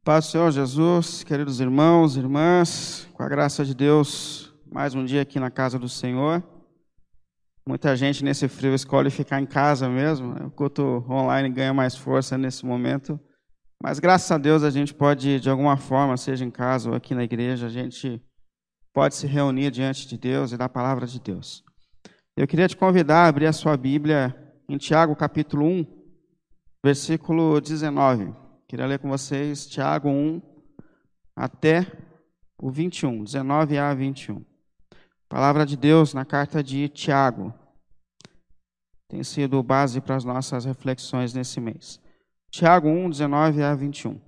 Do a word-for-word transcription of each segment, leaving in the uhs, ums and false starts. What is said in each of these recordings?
Paz do Senhor Jesus, queridos irmãos e irmãs, com a graça de Deus, mais um dia aqui na casa do Senhor. Muita gente nesse frio escolhe ficar em casa mesmo, né? O culto online ganha mais força nesse momento, mas graças a Deus a gente pode, de alguma forma, seja em casa ou aqui na igreja, a gente pode se reunir diante de Deus e da palavra de Deus. Eu queria te convidar a abrir a sua Bíblia em Tiago capítulo um, versículo dezenove. Queria ler com vocês Tiago um até o vinte e um, dezenove a vinte e um. Palavra de Deus na carta de Tiago. Tem sido base para as nossas reflexões nesse mês. Tiago um, dezenove a vinte e um.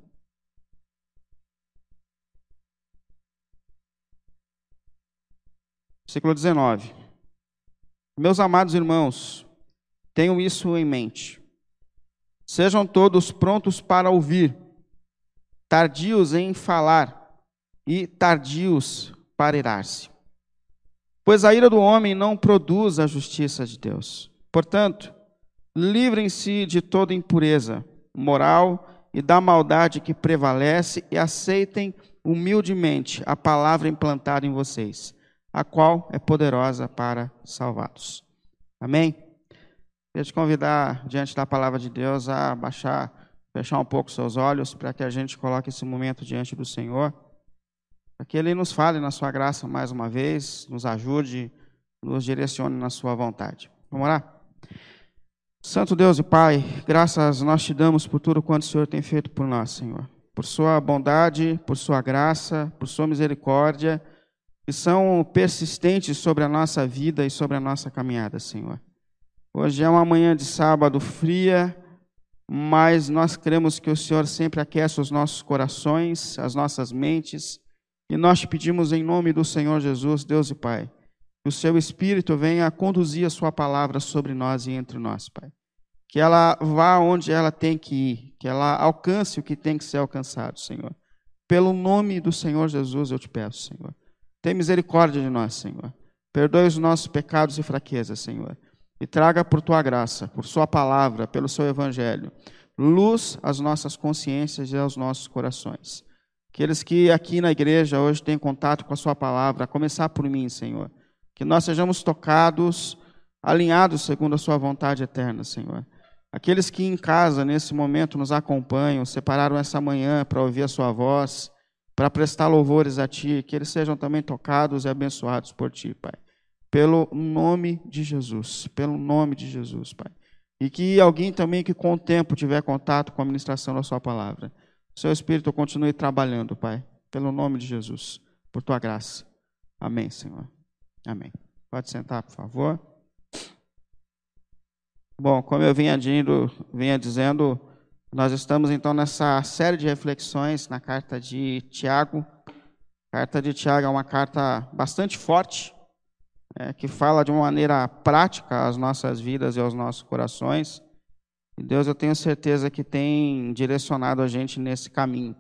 Versículo dezenove. Meus amados irmãos, tenham isso em mente. Sejam todos prontos para ouvir, tardios em falar e tardios para irar-se. Pois a ira do homem não produz a justiça de Deus. Portanto, livrem-se de toda impureza moral e da maldade que prevalece e aceitem humildemente a palavra implantada em vocês, a qual é poderosa para salvá-los. Amém? Queria te convidar, diante da palavra de Deus, a baixar, fechar um pouco seus olhos, para que a gente coloque esse momento diante do Senhor, para que Ele nos fale na sua graça mais uma vez, nos ajude, nos direcione na sua vontade. Vamos orar? Santo Deus e Pai, graças nós te damos por tudo quanto o Senhor tem feito por nós, Senhor. Por sua bondade, por sua graça, por sua misericórdia, que são persistentes sobre a nossa vida e sobre a nossa caminhada, Senhor. Hoje é uma manhã de sábado fria, mas nós cremos que o Senhor sempre aquece os nossos corações, as nossas mentes, e nós te pedimos em nome do Senhor Jesus, Deus e Pai, que o seu Espírito venha conduzir a sua palavra sobre nós e entre nós, Pai. Que ela vá onde ela tem que ir, que ela alcance o que tem que ser alcançado, Senhor. Pelo nome do Senhor Jesus eu te peço, Senhor. Tem misericórdia de nós, Senhor. Perdoe os nossos pecados e fraquezas, Senhor. E traga por tua graça, por sua palavra, pelo seu evangelho, luz às nossas consciências e aos nossos corações. Aqueles que aqui na igreja hoje têm contato com a sua palavra, a começar por mim, Senhor. Que nós sejamos tocados, alinhados segundo a sua vontade eterna, Senhor. Aqueles que em casa, nesse momento, nos acompanham, separaram essa manhã para ouvir a sua voz, para prestar louvores a ti, que eles sejam também tocados e abençoados por ti, Pai. Pelo nome de Jesus, pelo nome de Jesus, Pai. E que alguém também que com o tempo tiver contato com a ministração da sua palavra, o seu Espírito continue trabalhando, Pai, pelo nome de Jesus, por tua graça. Amém, Senhor. Amém. Pode sentar, por favor. Bom, como eu vinha, dizendo, vinha dizendo, nós estamos então nessa série de reflexões na carta de Tiago. A carta de Tiago é uma carta bastante forte, É, que fala de uma maneira prática às nossas vidas e aos nossos corações. E Deus, eu tenho certeza que tem direcionado a gente nesse caminho.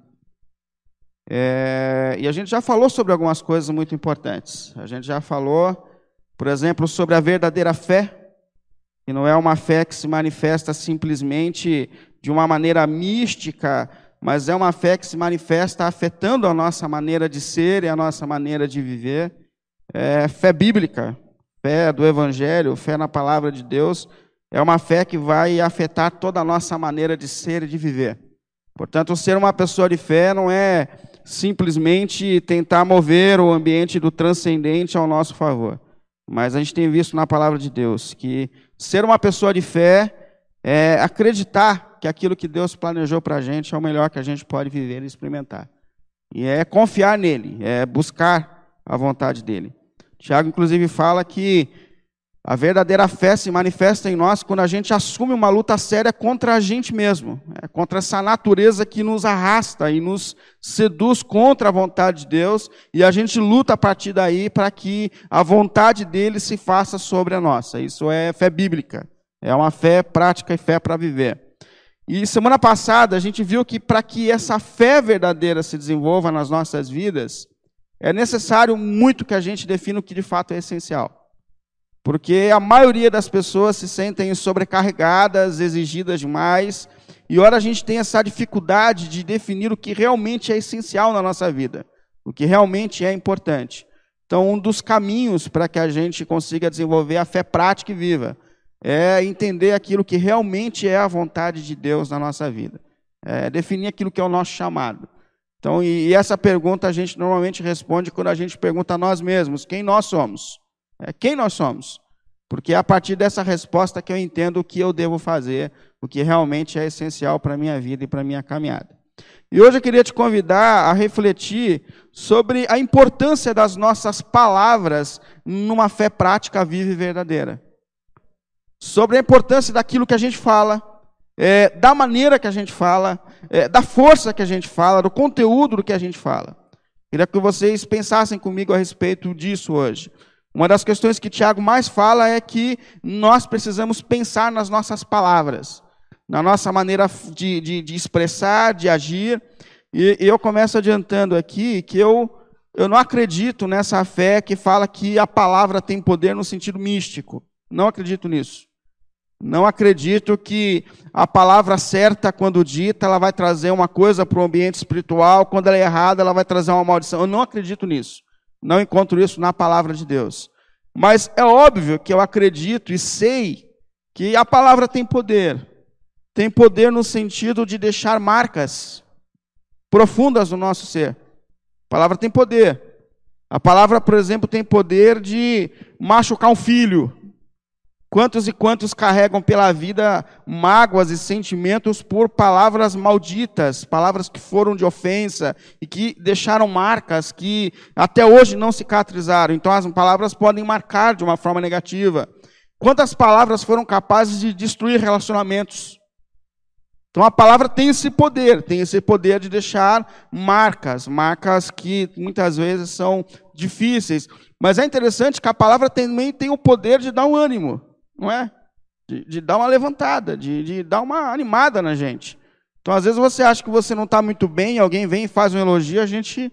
É, e a gente já falou sobre algumas coisas muito importantes. A gente já falou, por exemplo, sobre a verdadeira fé, que não é uma fé que se manifesta simplesmente de uma maneira mística, mas é uma fé que se manifesta afetando a nossa maneira de ser e a nossa maneira de viver. É, fé bíblica, fé do Evangelho, fé na palavra de Deus, é uma fé que vai afetar toda a nossa maneira de ser e de viver. Portanto, ser uma pessoa de fé não é simplesmente tentar mover o ambiente do transcendente ao nosso favor. Mas a gente tem visto na palavra de Deus que ser uma pessoa de fé é acreditar que aquilo que Deus planejou para a gente é o melhor que a gente pode viver e experimentar. E é confiar nele, é buscar a vontade dele. Tiago, inclusive, fala que a verdadeira fé se manifesta em nós quando a gente assume uma luta séria contra a gente mesmo, é, contra essa natureza que nos arrasta e nos seduz contra a vontade de Deus, e a gente luta a partir daí para que a vontade dele se faça sobre a nossa. Isso é fé bíblica, é uma fé prática e fé para viver. E semana passada a gente viu que para que essa fé verdadeira se desenvolva nas nossas vidas, é necessário muito que a gente defina o que de fato é essencial. Porque a maioria das pessoas se sentem sobrecarregadas, exigidas demais, E ora a gente tem essa dificuldade de definir o que realmente é essencial na nossa vida, o que realmente é importante. Então, um dos caminhos para que a gente consiga desenvolver a fé prática e viva é entender aquilo que realmente é a vontade de Deus na nossa vida. É definir aquilo que é o nosso chamado. Então, e, e essa pergunta a gente normalmente responde quando a gente pergunta a nós mesmos, quem nós somos? É, quem nós somos? Porque é a partir dessa resposta que eu entendo o que eu devo fazer, o que realmente é essencial para a minha vida e para a minha caminhada. E hoje eu queria te convidar a refletir sobre a importância das nossas palavras numa fé prática, viva e verdadeira. Sobre a importância daquilo que a gente fala, é, da maneira que a gente fala, é, da força que a gente fala, do conteúdo do que a gente fala. Queria que vocês pensassem comigo a respeito disso hoje. Uma das questões que Tiago mais fala é que nós precisamos pensar nas nossas palavras, na nossa maneira de, de, de expressar, de agir. E, e eu começo adiantando aqui que eu, eu não acredito nessa fé que fala que a palavra tem poder no sentido místico. Não acredito nisso. Não acredito que a palavra certa, quando dita, ela vai trazer uma coisa para o ambiente espiritual, quando ela é errada, ela vai trazer uma maldição. Eu não acredito nisso. Não encontro isso na palavra de Deus. Mas é óbvio que eu acredito e sei que a palavra tem poder. Tem poder no sentido de deixar marcas profundas no nosso ser. A palavra tem poder. A palavra, por exemplo, tem poder de machucar um filho. Quantos e quantos carregam pela vida mágoas e sentimentos por palavras malditas, palavras que foram de ofensa e que deixaram marcas que até hoje não cicatrizaram. Então as palavras podem marcar de uma forma negativa. Quantas palavras foram capazes de destruir relacionamentos? Então a palavra tem esse poder, tem esse poder de deixar marcas, marcas que muitas vezes são difíceis. Mas é interessante que a palavra também tem o poder de dar um ânimo. Não é? De, de dar uma levantada, de, de dar uma animada na gente. Então, às vezes, você acha que você não está muito bem, alguém vem e faz um elogio, a gente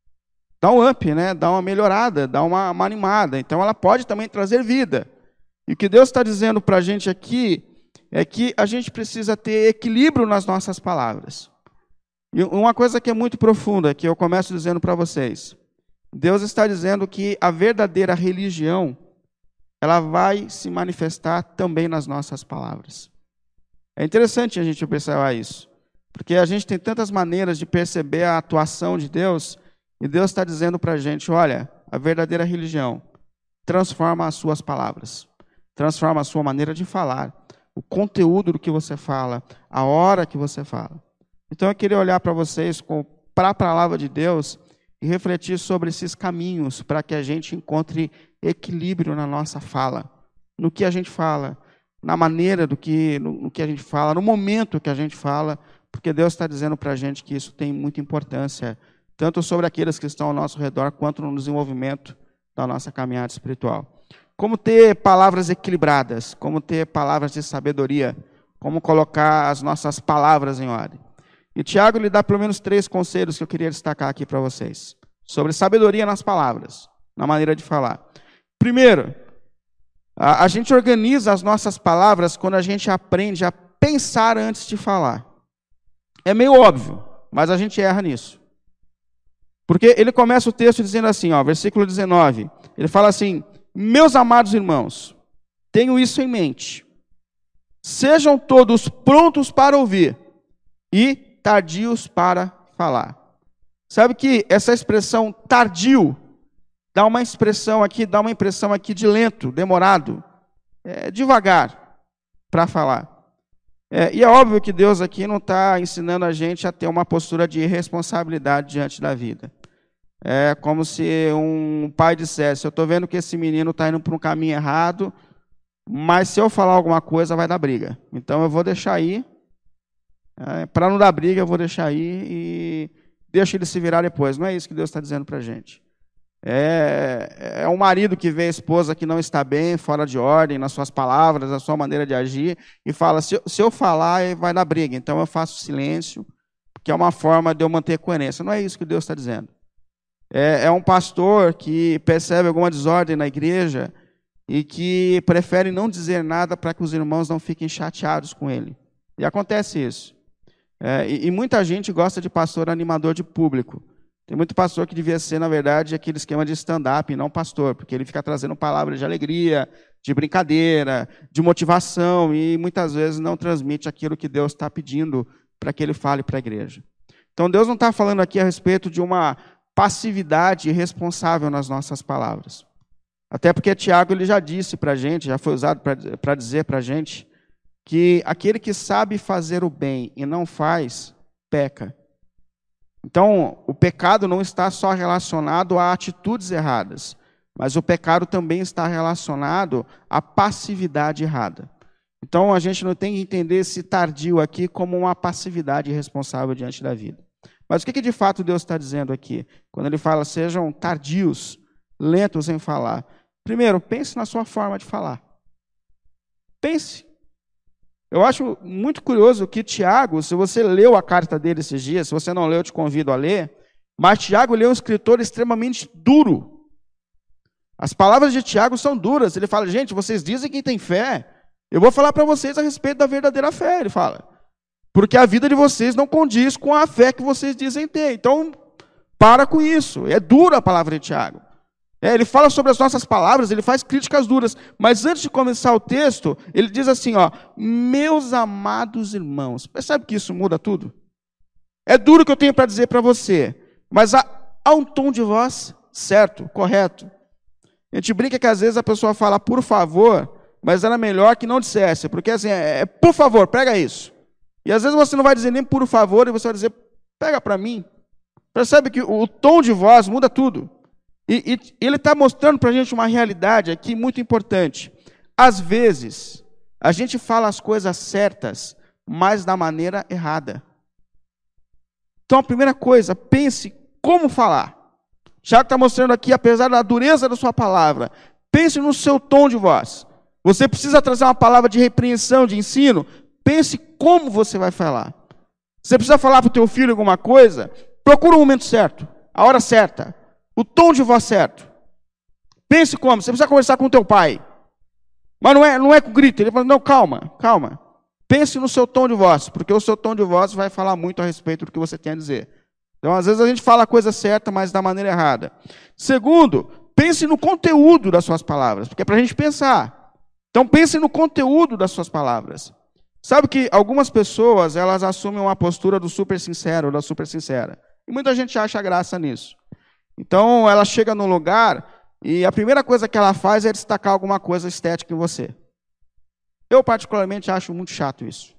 dá um up, né? Dá uma melhorada, dá uma, uma animada. Então, ela pode também trazer vida. E o que Deus está dizendo para a gente aqui é que a gente precisa ter equilíbrio nas nossas palavras. E uma coisa que é muito profunda, que eu começo dizendo para vocês. Deus está dizendo que a verdadeira religião ela vai se manifestar também nas nossas palavras. É interessante a gente observar isso, porque a gente tem tantas maneiras de perceber a atuação de Deus, e Deus está dizendo para a gente, olha, a verdadeira religião transforma as suas palavras, transforma a sua maneira de falar, o conteúdo do que você fala, a hora que você fala. Então eu queria olhar para vocês, para a palavra de Deus, e refletir sobre esses caminhos para que a gente encontre equilíbrio na nossa fala, no que a gente fala, na maneira do que, no, no que a gente fala, no momento que a gente fala, porque Deus está dizendo para a gente que isso tem muita importância, tanto sobre aqueles que estão ao nosso redor, quanto no desenvolvimento da nossa caminhada espiritual. Como ter palavras equilibradas, como ter palavras de sabedoria, como colocar as nossas palavras em ordem. E Tiago lhe dá pelo menos três conselhos que eu queria destacar aqui para vocês, sobre sabedoria nas palavras, na maneira de falar. Primeiro, a, a gente organiza as nossas palavras quando a gente aprende a pensar antes de falar. É meio óbvio, mas a gente erra nisso. Porque ele começa o texto dizendo assim, ó, versículo dezenove, ele fala assim, meus amados irmãos, tenham isso em mente, sejam todos prontos para ouvir e tardios para falar. Sabe que essa expressão tardio dá uma expressão aqui, dá uma impressão aqui de lento, demorado, é, devagar para falar. É, e é óbvio que Deus aqui não está ensinando a gente a ter uma postura de irresponsabilidade diante da vida. É como se um pai dissesse, eu estou vendo que esse menino está indo para um caminho errado, mas se eu falar alguma coisa vai dar briga. Então eu vou deixar aí, é, para não dar briga eu vou deixar aí e deixa ele se virar depois. Não é isso que Deus está dizendo para a gente. É, é um marido que vê a esposa que não está bem, fora de ordem, nas suas palavras, na sua maneira de agir, e fala, se eu, se eu falar, vai dar briga, então eu faço silêncio, que é uma forma de eu manter coerência. Não é isso que Deus está dizendo. É, é um pastor que percebe alguma desordem na igreja e que prefere não dizer nada para que os irmãos não fiquem chateados com ele. E acontece isso. É, e, e muita gente gosta de pastor animador de público. Tem muito pastor que devia ser, na verdade, aquele esquema de stand-up, e não pastor, porque ele fica trazendo palavras de alegria, de brincadeira, de motivação, e muitas vezes não transmite aquilo que Deus está pedindo para que ele fale para a igreja. Então, Deus não está falando aqui a respeito de uma passividade irresponsável nas nossas palavras. Até porque Tiago ele já disse para a gente, já foi usado para dizer para a gente, que aquele que sabe fazer o bem e não faz, peca. Então, o pecado não está só relacionado a atitudes erradas, mas o pecado também está relacionado à passividade errada. Então, a gente não tem que entender esse tardio aqui como uma passividade irresponsável diante da vida. Mas o que, que de fato Deus está dizendo aqui? Quando ele fala, sejam tardios, lentos em falar. Primeiro, pense na sua forma de falar. Pense. Eu acho muito curioso que Tiago, se você leu a carta dele esses dias, se você não leu, eu te convido a ler, mas Tiago ele é um escritor extremamente duro. As palavras de Tiago são duras. Ele fala, gente, vocês dizem que tem fé. Eu vou falar para vocês a respeito da verdadeira fé, ele fala. Porque a vida de vocês não condiz com a fé que vocês dizem ter. Então, para com isso. É dura a palavra de Tiago. É, ele fala sobre as nossas palavras, ele faz críticas duras. Mas antes de começar o texto, ele diz assim, ó, meus amados irmãos. Percebe que isso muda tudo? É duro o que eu tenho para dizer para você, mas há, há um tom de voz certo, correto. A gente brinca que às vezes a pessoa fala, por favor, mas era melhor que não dissesse, porque assim, é, é por favor, pega isso. E às vezes você não vai dizer nem por favor, e você vai dizer, pega para mim. Percebe que o, o tom de voz muda tudo. E, e ele está mostrando para a gente uma realidade aqui muito importante. Às vezes, a gente fala as coisas certas, mas da maneira errada. Então, a primeira coisa, pense como falar. Tiago está mostrando aqui, apesar da dureza da sua palavra, pense no seu tom de voz. Você precisa trazer uma palavra de repreensão, de ensino, pense como você vai falar. Você precisa falar para o teu filho alguma coisa, procura o momento certo, a hora certa. O tom de voz certo. Pense como? Você precisa conversar com o teu pai. Mas não é, não é com grito. Ele fala, não, calma, calma. Pense no seu tom de voz, porque o seu tom de voz vai falar muito a respeito do que você tem a dizer. Então, às vezes a gente fala a coisa certa, mas da maneira errada. Segundo, pense no conteúdo das suas palavras, porque é para a gente pensar. Então, pense no conteúdo das suas palavras. Sabe que algumas pessoas, elas assumem uma postura do super sincero, da super sincera. E muita gente acha graça nisso. Então, ela chega num lugar e a primeira coisa que ela faz é destacar alguma coisa estética em você. Eu, particularmente, acho muito chato isso.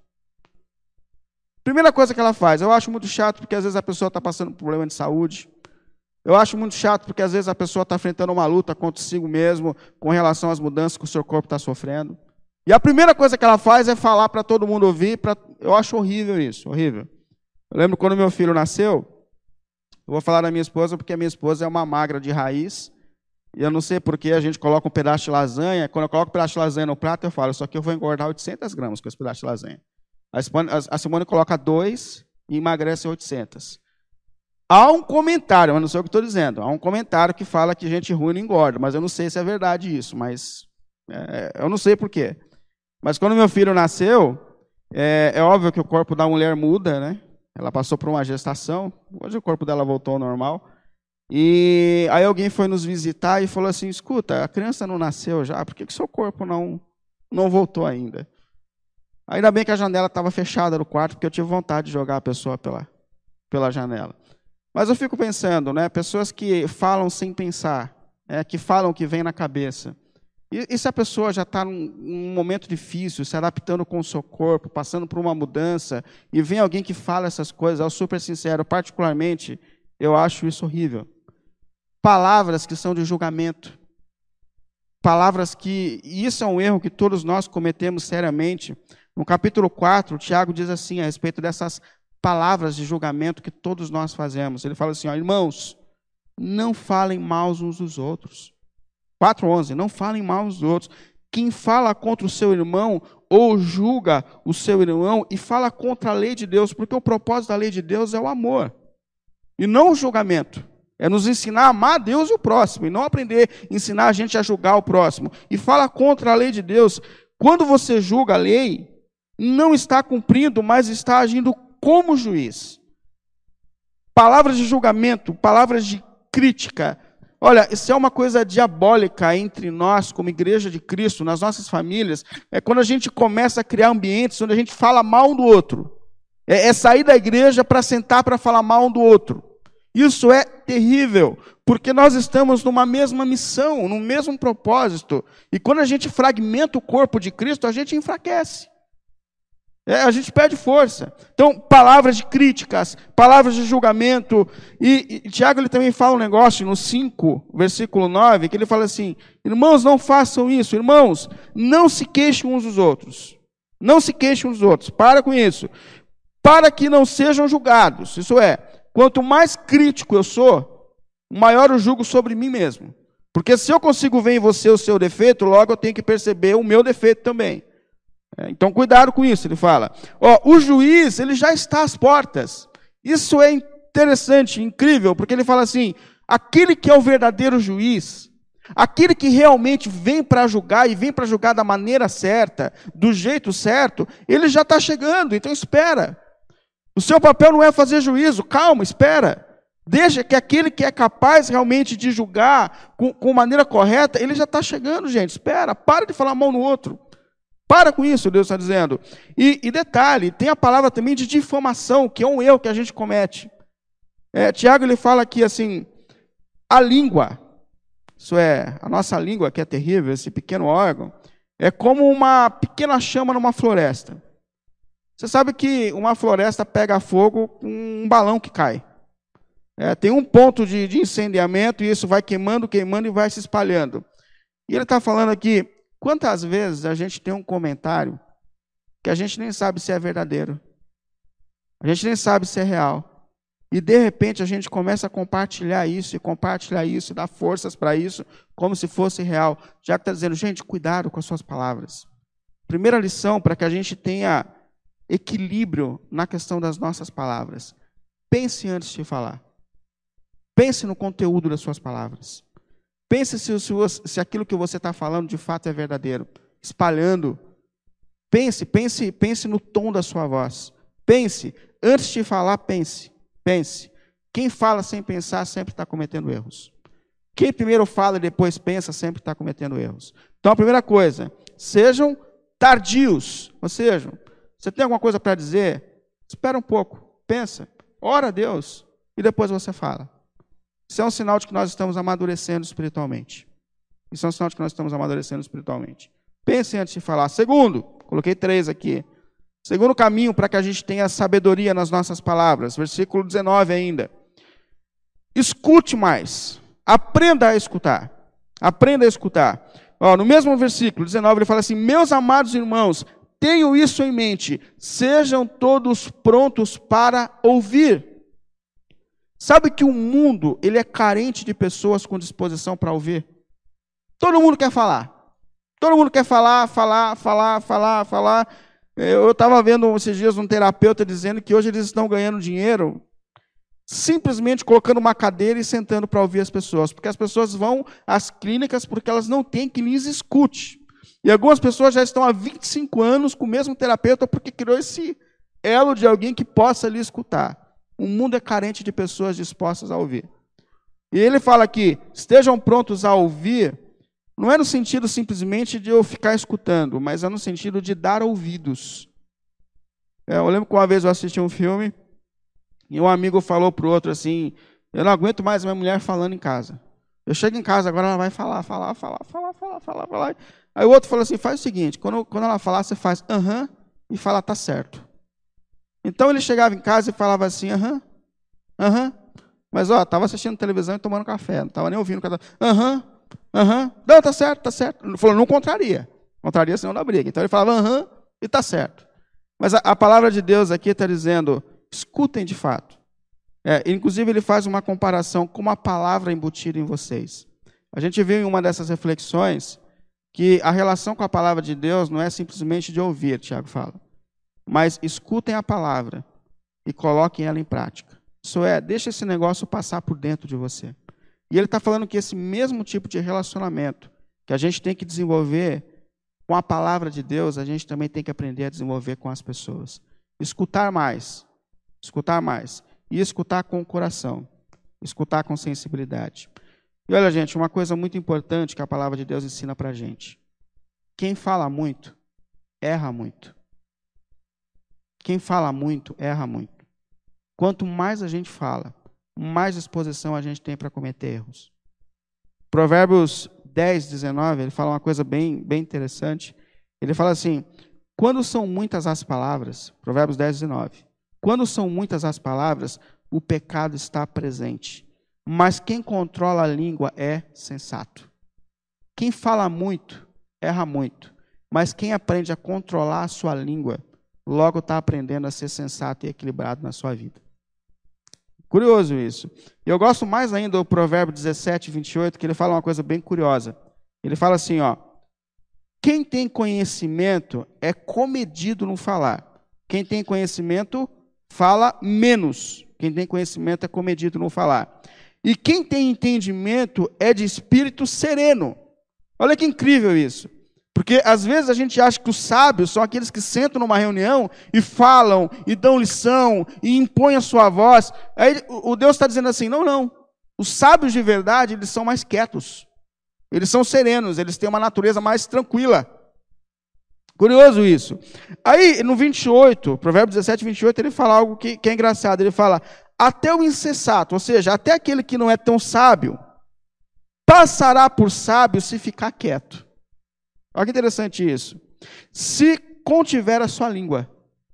Primeira coisa que ela faz, eu acho muito chato porque às vezes a pessoa está passando por problema de saúde. Eu acho muito chato porque às vezes a pessoa está enfrentando uma luta consigo mesmo com relação às mudanças que o seu corpo está sofrendo. E a primeira coisa que ela faz é falar para todo mundo ouvir. Pra... Eu acho horrível isso, horrível. Eu lembro quando meu filho nasceu, eu vou falar da minha esposa porque a minha esposa é uma magra de raiz. E eu não sei porque a gente coloca um pedaço de lasanha. Quando eu coloco um pedaço de lasanha no prato, eu falo, só que eu vou engordar oitocentas gramas com esse pedaço de lasanha. A Simone coloca dois e emagrece oitocentas. Há um comentário, mas não sei o que estou dizendo, há um comentário que fala que gente ruim não engorda, mas eu não sei se é verdade isso, mas é, eu não sei por quê. Mas quando meu filho nasceu, é, é óbvio que o corpo da mulher muda, né? Ela passou por uma gestação, hoje o corpo dela voltou ao normal. E aí alguém foi nos visitar e falou assim, escuta, a criança não nasceu já, por que que seu corpo não, não voltou ainda? Ainda bem que a janela estava fechada no quarto, porque eu tive vontade de jogar a pessoa pela, pela janela. Mas eu fico pensando, né, pessoas que falam sem pensar, né, que falam o que vem na cabeça. E, e se a pessoa já está num, num momento difícil, se adaptando com o seu corpo, passando por uma mudança, e vem alguém que fala essas coisas, eu super sincero, particularmente, eu acho isso horrível. Palavras que são de julgamento. Palavras que, e isso é um erro que todos nós cometemos seriamente. No capítulo quatro, o Tiago diz assim, a respeito dessas palavras de julgamento que todos nós fazemos. Ele fala assim, ó, irmãos, não falem mal uns dos outros. quatro, onze, não falem mal uns dos outros. Quem fala contra o seu irmão ou julga o seu irmão e fala contra a lei de Deus, porque o propósito da lei de Deus é o amor e não o julgamento. É nos ensinar a amar a Deus e o próximo, e não aprender a ensinar a gente a julgar o próximo. E fala contra a lei de Deus. Quando você julga a lei, não está cumprindo, mas está agindo como juiz. Palavras de julgamento, palavras de crítica. Olha, isso é uma coisa diabólica entre nós, como igreja de Cristo, nas nossas famílias, é quando a gente começa a criar ambientes onde a gente fala mal um do outro. É, é sair da igreja para sentar para falar mal um do outro. Isso é terrível, porque nós estamos numa mesma missão, num mesmo propósito. E quando a gente fragmenta o corpo de Cristo, a gente enfraquece. É, a gente perde força. Então, palavras de críticas, palavras de julgamento. E, e Tiago ele também fala um negócio no cinco, versículo nove, que ele fala assim: irmãos, não façam isso. Irmãos, não se queixem uns dos outros. Não se queixem uns dos outros. Para com isso. Para que não sejam julgados. Isso é, quanto mais crítico eu sou, maior o julgo sobre mim mesmo. Porque se eu consigo ver em você o seu defeito, logo eu tenho que perceber o meu defeito também. Então, cuidado com isso, ele fala. Ó, o juiz, ele já está às portas. Isso é interessante, incrível, porque ele fala assim, aquele que é o verdadeiro juiz, aquele que realmente vem para julgar, e vem para julgar da maneira certa, do jeito certo, ele já está chegando, então espera. O seu papel não é fazer juízo, calma, espera. Deixa que aquele que é capaz realmente de julgar com, com maneira correta, ele já está chegando, gente, espera, para de falar mal no outro. Para com isso, Deus está dizendo. E, e detalhe, tem a palavra também de difamação, que é um erro que a gente comete. É, Tiago ele fala aqui assim, a língua, isso é, a nossa língua que é terrível, esse pequeno órgão, é como uma pequena chama numa floresta. Você sabe que uma floresta pega fogo com um balão que cai. É, tem um ponto de, de incendiamento e isso vai queimando, queimando e vai se espalhando. E ele está falando aqui, quantas vezes a gente tem um comentário que a gente nem sabe se é verdadeiro, a gente nem sabe se é real, e de repente a gente começa a compartilhar isso, e compartilhar isso, e dar forças para isso, como se fosse real. Já que está dizendo, gente, cuidado com as suas palavras. Primeira lição para que a gente tenha equilíbrio na questão das nossas palavras. Pense antes de falar. Pense no conteúdo das suas palavras. Pense se, se, se aquilo que você está falando de fato é verdadeiro. Espalhando. Pense, pense, pense no tom da sua voz. Pense. Antes de falar, pense. Pense. Quem fala sem pensar sempre está cometendo erros. Quem primeiro fala e depois pensa sempre está cometendo erros. Então, a primeira coisa, sejam tardios. Ou seja, você tem alguma coisa para dizer? Espera um pouco. Pensa. Ora a Deus. E depois você fala. Isso é um sinal de que nós estamos amadurecendo espiritualmente. Isso é um sinal de que nós estamos amadurecendo espiritualmente. Pense antes de falar. Segundo, coloquei três aqui. Segundo caminho para que a gente tenha sabedoria nas nossas palavras. Versículo dezenove ainda. Escute mais. Aprenda a escutar. Aprenda a escutar. Ó, no mesmo versículo dezenove ele fala assim, meus amados irmãos, tenham isso em mente. Sejam todos prontos para ouvir. Sabe que o mundo ele é carente de pessoas com disposição para ouvir? Todo mundo quer falar. Todo mundo quer falar, falar, falar, falar, falar. Eu estava vendo esses dias um terapeuta dizendo que hoje eles estão ganhando dinheiro simplesmente colocando uma cadeira e sentando para ouvir as pessoas. Porque as pessoas vão às clínicas porque elas não têm quem lhes escute. E algumas pessoas já estão há vinte e cinco anos com o mesmo terapeuta porque criou esse elo de alguém que possa lhe escutar. O mundo é carente de pessoas dispostas a ouvir. E ele fala aqui, estejam prontos a ouvir, não é no sentido simplesmente de eu ficar escutando, mas é no sentido de dar ouvidos. É, eu lembro que uma vez eu assisti um filme, e um amigo falou para o outro assim, eu não aguento mais minha mulher falando em casa. Eu chego em casa, agora ela vai falar, falar, falar, falar, falar, falar, falar. Aí o outro falou assim, faz o seguinte, quando, quando ela falar, você faz aham, e fala, tá certo. Então ele chegava em casa e falava assim, aham, aham, mas ó, estava assistindo televisão e tomando café, não estava nem ouvindo, aham, aham, não, tá certo, tá certo. Ele falou, não contraria, contraria senão dá briga. Então ele falava aham e tá certo. Mas a, a palavra de Deus aqui está dizendo, escutem de fato. É, inclusive ele faz uma comparação com uma palavra embutida em vocês. A gente viu em uma dessas reflexões que a relação com a palavra de Deus não é simplesmente de ouvir, Tiago fala. Mas escutem a palavra e coloquem ela em prática. Isso é, deixa esse negócio passar por dentro de você. E ele está falando que esse mesmo tipo de relacionamento que a gente tem que desenvolver com a palavra de Deus, a gente também tem que aprender a desenvolver com as pessoas. Escutar mais escutar mais. E escutar com o coração, escutar com sensibilidade. E olha, gente, uma coisa muito importante que a palavra de Deus ensina para a gente. Quem fala muito, erra muito. Quem fala muito, erra muito. Quanto mais a gente fala, mais disposição a gente tem para cometer erros. Provérbios dez, dezenove, ele fala uma coisa bem, bem interessante. Ele fala assim, quando são muitas as palavras, Provérbios dez, dezenove, quando são muitas as palavras, o pecado está presente. Mas quem controla a língua é sensato. Quem fala muito, erra muito. Mas quem aprende a controlar a sua língua, logo está aprendendo a ser sensato e equilibrado na sua vida. Curioso isso. E eu gosto mais ainda do Provérbio dezessete, vinte e oito, que ele fala uma coisa bem curiosa. Ele fala assim, ó, quem tem conhecimento é comedido no falar. Quem tem conhecimento fala menos. Quem tem conhecimento é comedido no falar. E quem tem entendimento é de espírito sereno. Olha que incrível isso. Porque às vezes a gente acha que os sábios são aqueles que sentam numa reunião e falam, e dão lição, e impõem a sua voz. Aí o Deus está dizendo assim, não, não. Os sábios de verdade, eles são mais quietos. Eles são serenos, eles têm uma natureza mais tranquila. Curioso isso. Aí, no vinte e oito, Provérbio dezessete, vinte e oito, ele fala algo que, que é engraçado. Ele fala, até o insensato, ou seja, até aquele que não é tão sábio, passará por sábio se ficar quieto. Olha que interessante isso. Se contiver a sua língua,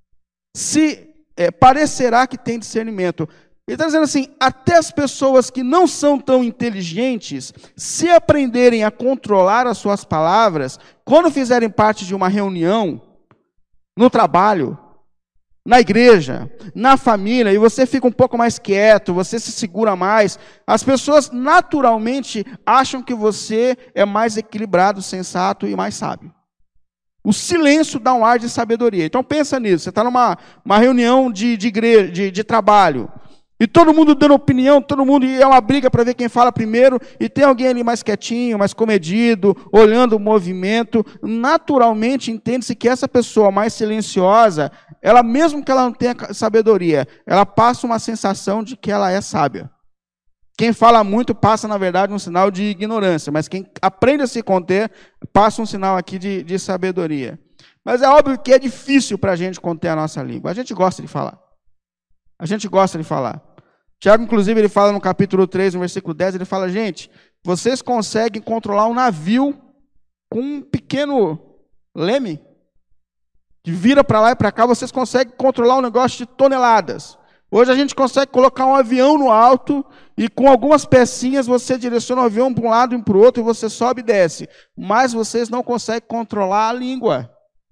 se é, parecerá que tem discernimento. Ele está dizendo assim, até as pessoas que não são tão inteligentes, se aprenderem a controlar as suas palavras, quando fizerem parte de uma reunião, no trabalho, na igreja, na família, e você fica um pouco mais quieto, você se segura mais, as pessoas naturalmente acham que você é mais equilibrado, sensato e mais sábio. O silêncio dá um ar de sabedoria. Então pensa nisso, você está numa uma reunião de, de, igreja, de, de trabalho, e todo mundo dando opinião, todo mundo, e é uma briga para ver quem fala primeiro, e tem alguém ali mais quietinho, mais comedido, olhando o movimento, naturalmente entende-se que essa pessoa mais silenciosa, ela mesmo que ela não tenha sabedoria, ela passa uma sensação de que ela é sábia. Quem fala muito passa, na verdade, um sinal de ignorância, mas quem aprende a se conter, passa um sinal aqui de, de sabedoria. Mas é óbvio que é difícil para a gente conter a nossa língua, a gente gosta de falar. A gente gosta de falar. Tiago, inclusive, ele fala no capítulo três, no versículo dez, ele fala, gente, vocês conseguem controlar um navio com um pequeno leme, que vira para lá e para cá, vocês conseguem controlar um negócio de toneladas. Hoje a gente consegue colocar um avião no alto e com algumas pecinhas você direciona o avião para um lado e para o outro e você sobe e desce. Mas vocês não conseguem controlar a língua.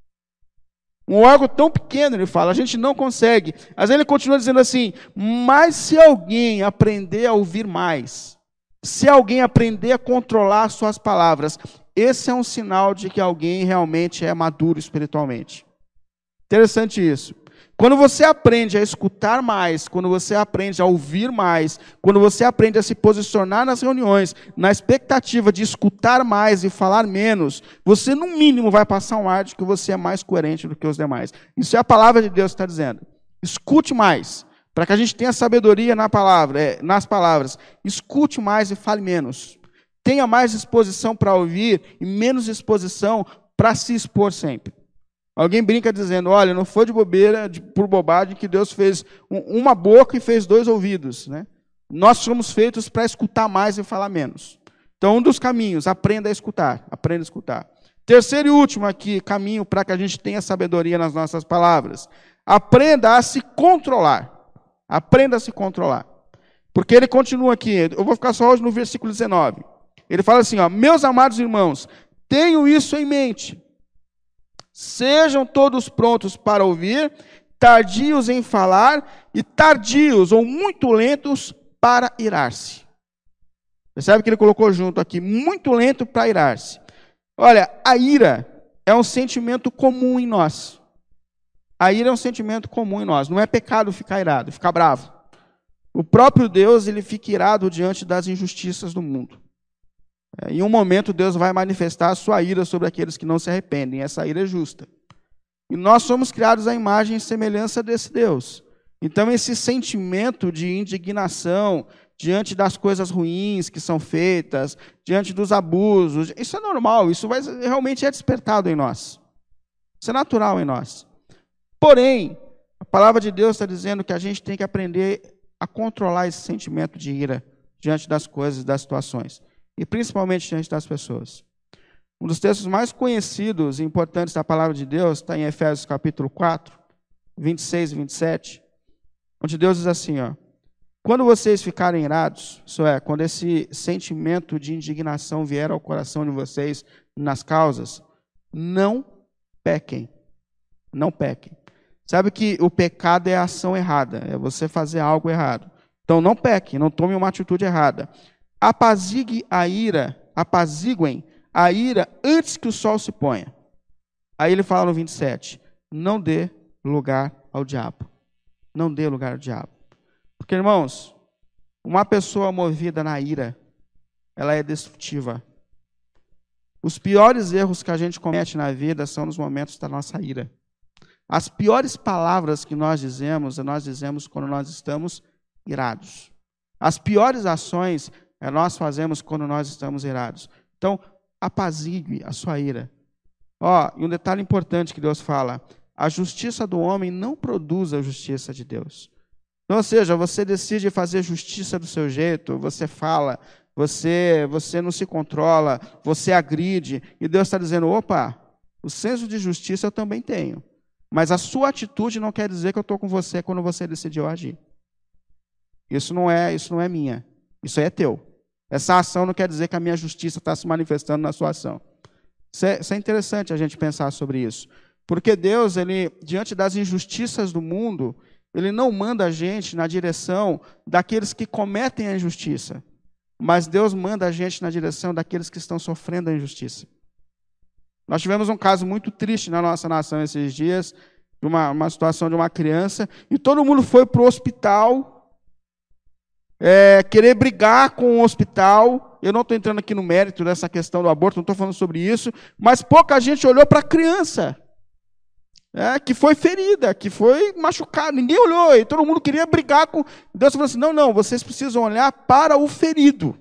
Um órgão tão pequeno, ele fala, a gente não consegue. Mas ele continua dizendo assim, mas se alguém aprender a ouvir mais, se alguém aprender a controlar suas palavras, esse é um sinal de que alguém realmente é maduro espiritualmente. Interessante isso. Quando você aprende a escutar mais, quando você aprende a ouvir mais, quando você aprende a se posicionar nas reuniões, na expectativa de escutar mais e falar menos, você no mínimo vai passar um ar de que você é mais coerente do que os demais. Isso é a palavra de Deus que está dizendo. Escute mais, para que a gente tenha sabedoria na palavra, é, nas palavras. Escute mais e fale menos. Tenha mais disposição para ouvir e menos disposição para se expor sempre. Alguém brinca dizendo, olha, não foi de bobeira, de, por bobagem, que Deus fez um, uma boca e fez dois ouvidos. Né? Nós somos feitos para escutar mais e falar menos. Então, um dos caminhos, aprenda a escutar. Aprenda a escutar. Terceiro e último aqui, caminho para que a gente tenha sabedoria nas nossas palavras. Aprenda a se controlar. Aprenda a se controlar. Porque ele continua aqui, eu vou ficar só hoje no versículo dezenove. Ele fala assim, ó, meus amados irmãos, tenham isso em mente. Sejam todos prontos para ouvir, tardios em falar e tardios ou muito lentos para irar-se. Percebe que ele colocou junto aqui, muito lento para irar-se. Olha, a ira é um sentimento comum em nós. A ira é um sentimento comum em nós. Não é pecado ficar irado, ficar bravo. O próprio Deus, ele fica irado diante das injustiças do mundo. Em um momento, Deus vai manifestar a sua ira sobre aqueles que não se arrependem. Essa ira é justa. E nós somos criados à imagem e semelhança desse Deus. Então, esse sentimento de indignação diante das coisas ruins que são feitas, diante dos abusos, isso é normal, isso vai, realmente é despertado em nós. Isso é natural em nós. Porém, a palavra de Deus está dizendo que a gente tem que aprender a controlar esse sentimento de ira diante das coisas, das situações, e principalmente diante das pessoas. Um dos textos mais conhecidos e importantes da palavra de Deus está em Efésios capítulo quatro, vinte e seis e vinte e sete, onde Deus diz assim, ó, quando vocês ficarem irados, isso é, quando esse sentimento de indignação vier ao coração de vocês nas causas, não pequem. Não pequem. Sabe que o pecado é a ação errada, é você fazer algo errado. Então não pequem, não tomem uma atitude errada. Apazigue a ira, apaziguem a ira antes que o sol se ponha. Aí ele fala no vinte e sete, não dê lugar ao diabo. Não dê lugar ao diabo. Porque, irmãos, uma pessoa movida na ira, ela é destrutiva. Os piores erros que a gente comete na vida são nos momentos da nossa ira. As piores palavras que nós dizemos, nós dizemos quando nós estamos irados. As piores ações, nós fazemos quando nós estamos irados. Então, apazigue a sua ira. Ó, e um detalhe importante que Deus fala, a justiça do homem não produz a justiça de Deus. Então, ou seja, você decide fazer justiça do seu jeito, você fala, você, você não se controla, você agride, e Deus está dizendo, opa, o senso de justiça eu também tenho, mas a sua atitude não quer dizer que eu estou com você quando você decidiu agir. Isso não é, isso não é minha, isso aí é teu. Essa ação não quer dizer que a minha justiça está se manifestando na sua ação. Isso é, isso é interessante a gente pensar sobre isso, porque Deus, ele, diante das injustiças do mundo, Ele não manda a gente na direção daqueles que cometem a injustiça, mas Deus manda a gente na direção daqueles que estão sofrendo a injustiça. Nós tivemos um caso muito triste na nossa nação esses dias, de uma, uma situação de uma criança, e todo mundo foi para o hospital, é, querer brigar com o hospital. Eu não estou entrando aqui no mérito dessa questão do aborto, não estou falando sobre isso, mas pouca gente olhou para a criança. É, que foi ferida, que foi machucada, ninguém olhou, e todo mundo queria brigar com... Deus falou assim, não, não, vocês precisam olhar para o ferido.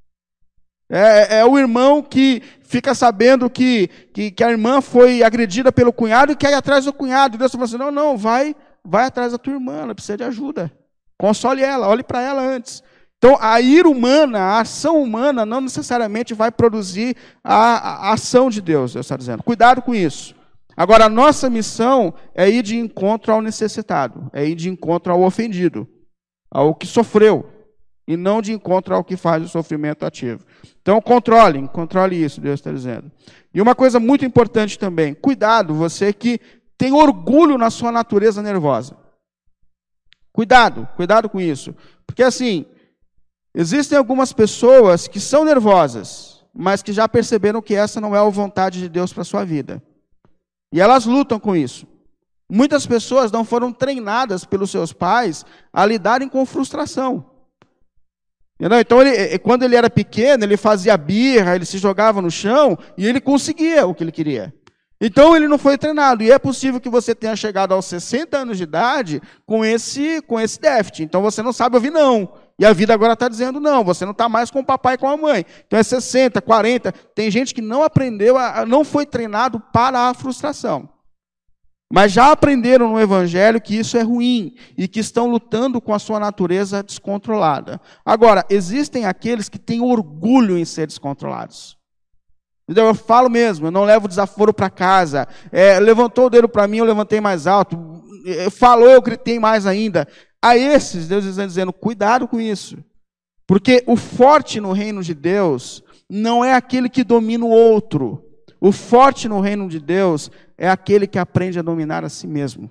É, é o irmão que fica sabendo que, que, que a irmã foi agredida pelo cunhado e quer ir atrás do cunhado. E Deus falou assim, não, não, vai, vai atrás da tua irmã, ela precisa de ajuda. Console ela, olhe para ela antes. Então, a ira humana, a ação humana, não necessariamente vai produzir a, a ação de Deus, Deus está dizendo. Cuidado com isso. Agora, a nossa missão é ir de encontro ao necessitado, é ir de encontro ao ofendido, ao que sofreu, e não de encontro ao que faz o sofrimento ativo. Então, controle, controle isso, Deus está dizendo. E uma coisa muito importante também, cuidado, você que tem orgulho na sua natureza nervosa. Cuidado, cuidado com isso. Porque assim, existem algumas pessoas que são nervosas, mas que já perceberam que essa não é a vontade de Deus para a sua vida. E elas lutam com isso. Muitas pessoas não foram treinadas pelos seus pais a lidarem com frustração. Entendeu? Então, ele, quando ele era pequeno, ele fazia birra, ele se jogava no chão e ele conseguia o que ele queria. Então, ele não foi treinado. E é possível que você tenha chegado aos sessenta anos de idade com esse, com esse déficit. Então, você não sabe ouvir não. E a vida agora está dizendo não, você não está mais com o papai e com a mãe. Então é sessenta, quarenta. Tem gente que não aprendeu, a, não foi treinado para a frustração. Mas já aprenderam no Evangelho que isso é ruim e que estão lutando com a sua natureza descontrolada. Agora, existem aqueles que têm orgulho em ser descontrolados. Entendeu? Eu falo mesmo, eu não levo desaforo para casa. É, levantou o dedo para mim, eu levantei mais alto. Falou, eu gritei mais ainda. A esses, Deus está dizendo, cuidado com isso. Porque o forte no reino de Deus não é aquele que domina o outro. O forte no reino de Deus é aquele que aprende a dominar a si mesmo.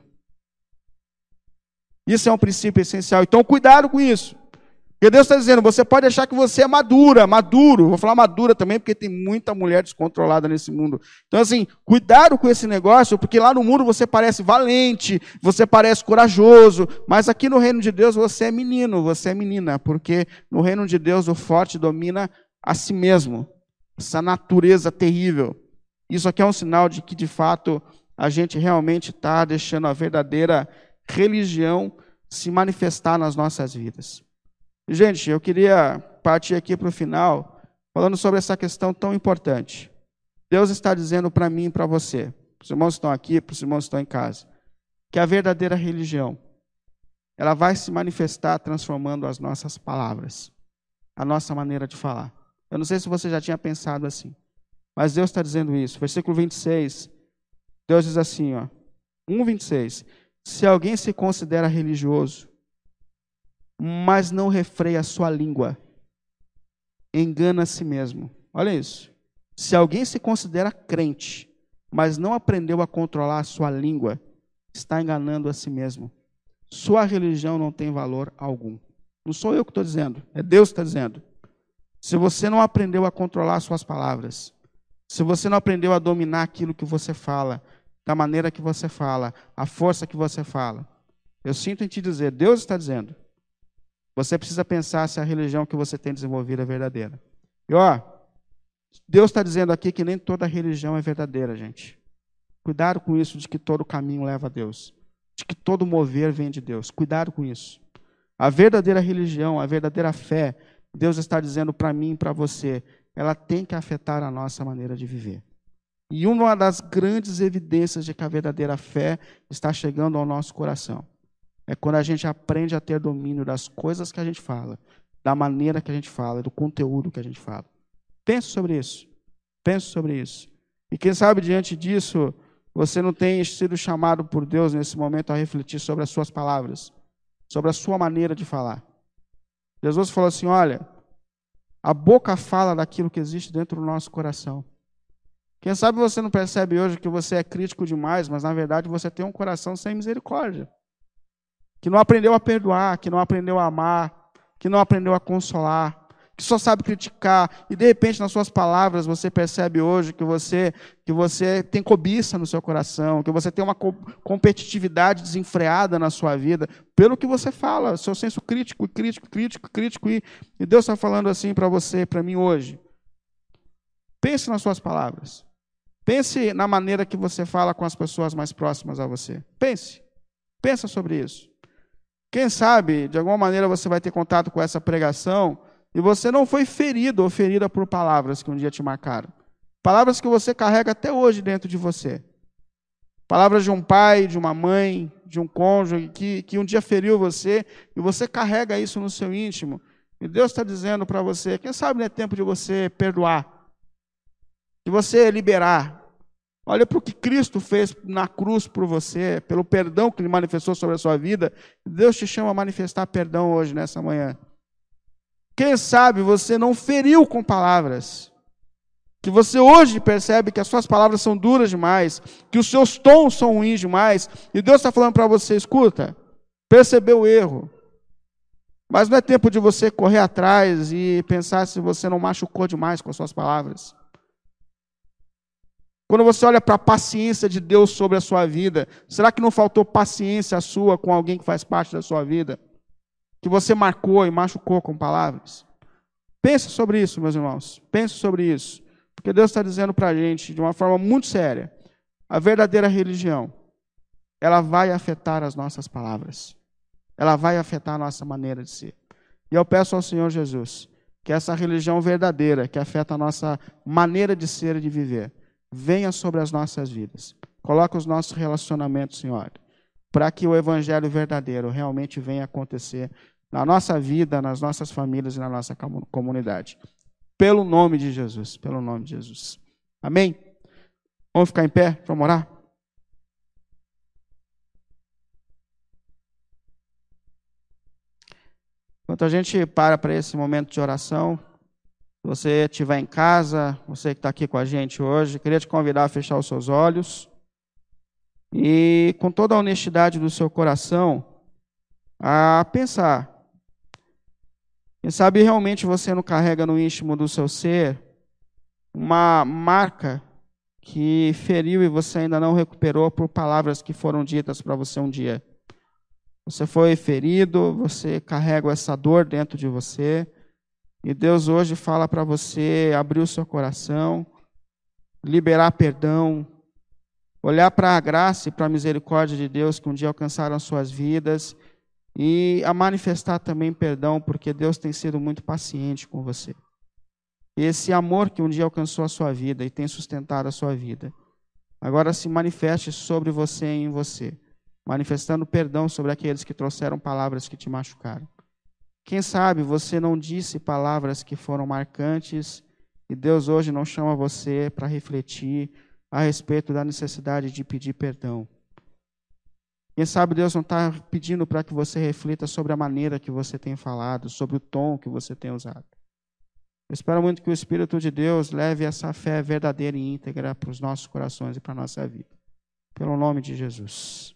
Isso é um princípio essencial. Então, cuidado com isso. Porque Deus está dizendo, você pode achar que você é madura, maduro. Vou falar madura também, porque tem muita mulher descontrolada nesse mundo. Então, assim, cuidado com esse negócio, porque lá no mundo você parece valente, você parece corajoso, mas aqui no reino de Deus você é menino, você é menina, porque no reino de Deus o forte domina a si mesmo. Essa natureza terrível. Isso aqui é um sinal de que, de fato, a gente realmente está deixando a verdadeira religião se manifestar nas nossas vidas. Gente, eu queria partir aqui para o final, falando sobre essa questão tão importante. Deus está dizendo para mim e para você, para os irmãos que estão aqui, para os irmãos que estão em casa, que a verdadeira religião, ela vai se manifestar transformando as nossas palavras, a nossa maneira de falar. Eu não sei se você já tinha pensado assim, mas Deus está dizendo isso. Versículo vinte e seis, Deus diz assim, ó, um, vinte e seis, se alguém se considera religioso, mas não refreia a sua língua, engana a si mesmo. Olha isso. Se alguém se considera crente, mas não aprendeu a controlar a sua língua, está enganando a si mesmo. Sua religião não tem valor algum. Não sou eu que estou dizendo, é Deus que está dizendo. Se você não aprendeu a controlar as suas palavras, se você não aprendeu a dominar aquilo que você fala, da maneira que você fala, a força que você fala, eu sinto em te dizer, Deus está dizendo, você precisa pensar se a religião que você tem desenvolvido é verdadeira. E ó, Deus está dizendo aqui que nem toda religião é verdadeira, gente. Cuidado com isso de que todo caminho leva a Deus, de que todo mover vem de Deus. Cuidado com isso. A verdadeira religião, a verdadeira fé, Deus está dizendo para mim e para você, ela tem que afetar a nossa maneira de viver. E uma das grandes evidências de que a verdadeira fé está chegando ao nosso coração é quando a gente aprende a ter domínio das coisas que a gente fala, da maneira que a gente fala, do conteúdo que a gente fala. Pense sobre isso. Pense sobre isso. E quem sabe diante disso, você não tem sido chamado por Deus nesse momento a refletir sobre as suas palavras, sobre a sua maneira de falar. Jesus falou assim, olha, a boca fala daquilo que existe dentro do nosso coração. Quem sabe você não percebe hoje que você é crítico demais, mas na verdade você tem um coração sem misericórdia. Que não aprendeu a perdoar, que não aprendeu a amar, que não aprendeu a consolar, que só sabe criticar. E de repente nas suas palavras você percebe hoje que você, que você tem cobiça no seu coração, que você tem uma co- competitividade desenfreada na sua vida, pelo que você fala, seu senso crítico, crítico, crítico, crítico. E, e Deus está falando assim para você, para mim hoje. Pense nas suas palavras. Pense na maneira que você fala com as pessoas mais próximas a você. Pense. Pensa sobre isso. Quem sabe, de alguma maneira, você vai ter contato com essa pregação e você não foi ferido ou ferida por palavras que um dia te marcaram. Palavras que você carrega até hoje dentro de você. Palavras de um pai, de uma mãe, de um cônjuge que, que um dia feriu você e você carrega isso no seu íntimo. E Deus está dizendo para você, quem sabe não é tempo de você perdoar, de você liberar. Olha para o que Cristo fez na cruz por você, pelo perdão que Ele manifestou sobre a sua vida. Deus te chama a manifestar perdão hoje, nessa manhã. Quem sabe você não feriu com palavras, que você hoje percebe que as suas palavras são duras demais, que os seus tons são ruins demais, e Deus está falando para você, escuta, percebeu o erro, mas não é tempo de você correr atrás e pensar se você não machucou demais com as suas palavras. Quando você olha para a paciência de Deus sobre a sua vida, será que não faltou paciência sua com alguém que faz parte da sua vida? Que você marcou e machucou com palavras? Pense sobre isso, meus irmãos. Pense sobre isso. Porque Deus está dizendo para a gente, de uma forma muito séria, a verdadeira religião, ela vai afetar as nossas palavras. Ela vai afetar a nossa maneira de ser. E eu peço ao Senhor Jesus, que essa religião verdadeira, que afeta a nossa maneira de ser e de viver, venha sobre as nossas vidas. Coloque os nossos relacionamentos em ordem, para que o evangelho verdadeiro realmente venha acontecer na nossa vida, nas nossas famílias e na nossa comunidade. Pelo nome de Jesus, pelo nome de Jesus. Amém? Vamos ficar em pé, vamos orar? Enquanto a gente para para esse momento de oração, se você estiver em casa, você que está aqui com a gente hoje, queria te convidar a fechar os seus olhos e, com toda a honestidade do seu coração, a pensar. Quem sabe realmente você não carrega no íntimo do seu ser uma marca que feriu e você ainda não recuperou por palavras que foram ditas para você um dia. Você foi ferido, você carrega essa dor dentro de você. E Deus hoje fala para você abrir o seu coração, liberar perdão, olhar para a graça e para a misericórdia de Deus que um dia alcançaram as suas vidas e a manifestar também perdão, porque Deus tem sido muito paciente com você. Esse amor que um dia alcançou a sua vida e tem sustentado a sua vida, agora se manifeste sobre você e em você, manifestando perdão sobre aqueles que trouxeram palavras que te machucaram. Quem sabe você não disse palavras que foram marcantes e Deus hoje não chama você para refletir a respeito da necessidade de pedir perdão. Quem sabe Deus não está pedindo para que você reflita sobre a maneira que você tem falado, sobre o tom que você tem usado. Eu espero muito que o Espírito de Deus leve essa fé verdadeira e íntegra para os nossos corações e para a nossa vida. Pelo nome de Jesus.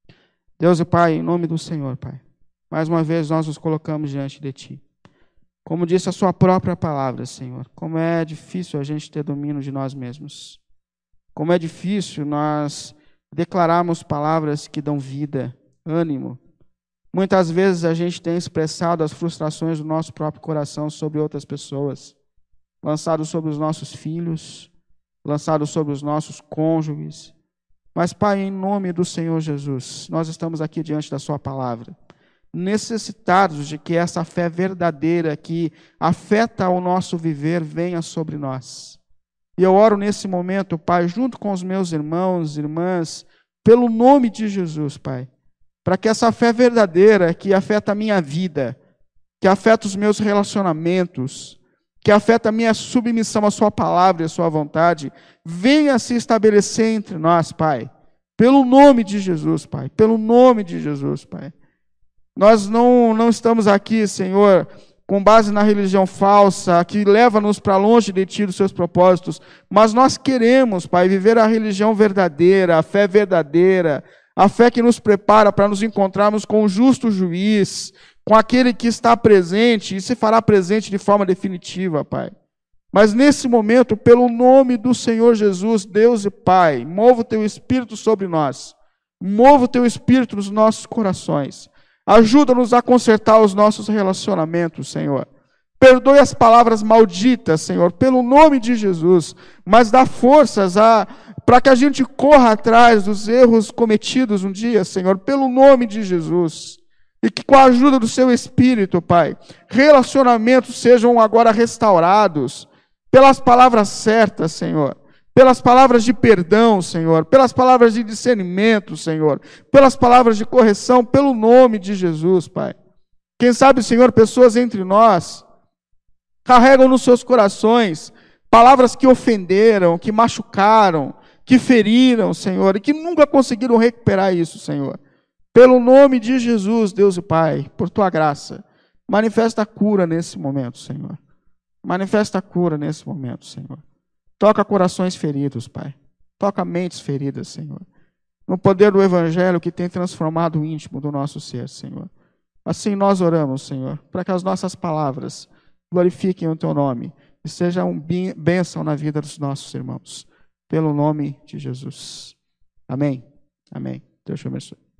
Deus e Pai, em nome do Senhor, Pai, mais uma vez nós nos colocamos diante de Ti. Como disse a Sua própria palavra, Senhor, como é difícil a gente ter domínio de nós mesmos. Como é difícil nós declararmos palavras que dão vida, ânimo. Muitas vezes a gente tem expressado as frustrações do nosso próprio coração sobre outras pessoas, lançado sobre os nossos filhos, lançado sobre os nossos cônjuges. Mas, Pai, em nome do Senhor Jesus, nós estamos aqui diante da Sua palavra, necessitados de que essa fé verdadeira que afeta o nosso viver venha sobre nós. E eu oro nesse momento, Pai, junto com os meus irmãos e irmãs, pelo nome de Jesus, Pai, para que essa fé verdadeira que afeta a minha vida, que afeta os meus relacionamentos, que afeta a minha submissão à Sua palavra e à Sua vontade, venha se estabelecer entre nós, Pai, pelo nome de Jesus, Pai, pelo nome de Jesus, Pai. Nós não, não estamos aqui, Senhor, com base na religião falsa, que leva-nos para longe de Ti, dos Seus propósitos, mas nós queremos, Pai, viver a religião verdadeira, a fé verdadeira, a fé que nos prepara para nos encontrarmos com o justo juiz, com aquele que está presente e se fará presente de forma definitiva, Pai. Mas nesse momento, pelo nome do Senhor Jesus, Deus e Pai, mova o Teu Espírito sobre nós, mova o Teu Espírito nos nossos corações. Ajuda-nos a consertar os nossos relacionamentos, Senhor. Perdoe as palavras malditas, Senhor, pelo nome de Jesus, mas dá forças a, para que a gente corra atrás dos erros cometidos um dia, Senhor, pelo nome de Jesus. E que com a ajuda do Seu Espírito, Pai, relacionamentos sejam agora restaurados pelas palavras certas, Senhor. Pelas palavras de perdão, Senhor, pelas palavras de discernimento, Senhor, pelas palavras de correção, pelo nome de Jesus, Pai. Quem sabe, Senhor, pessoas entre nós carregam nos seus corações palavras que ofenderam, que machucaram, que feriram, Senhor, e que nunca conseguiram recuperar isso, Senhor. Pelo nome de Jesus, Deus e Pai, por Tua graça, manifesta a cura nesse momento, Senhor. Manifesta a cura nesse momento, Senhor. Toca corações feridos, Pai. Toca mentes feridas, Senhor. No poder do Evangelho que tem transformado o íntimo do nosso ser, Senhor. Assim nós oramos, Senhor, para que as nossas palavras glorifiquem o Teu nome e sejam bênção na vida dos nossos irmãos. Pelo nome de Jesus. Amém. Amém. Deus te abençoe.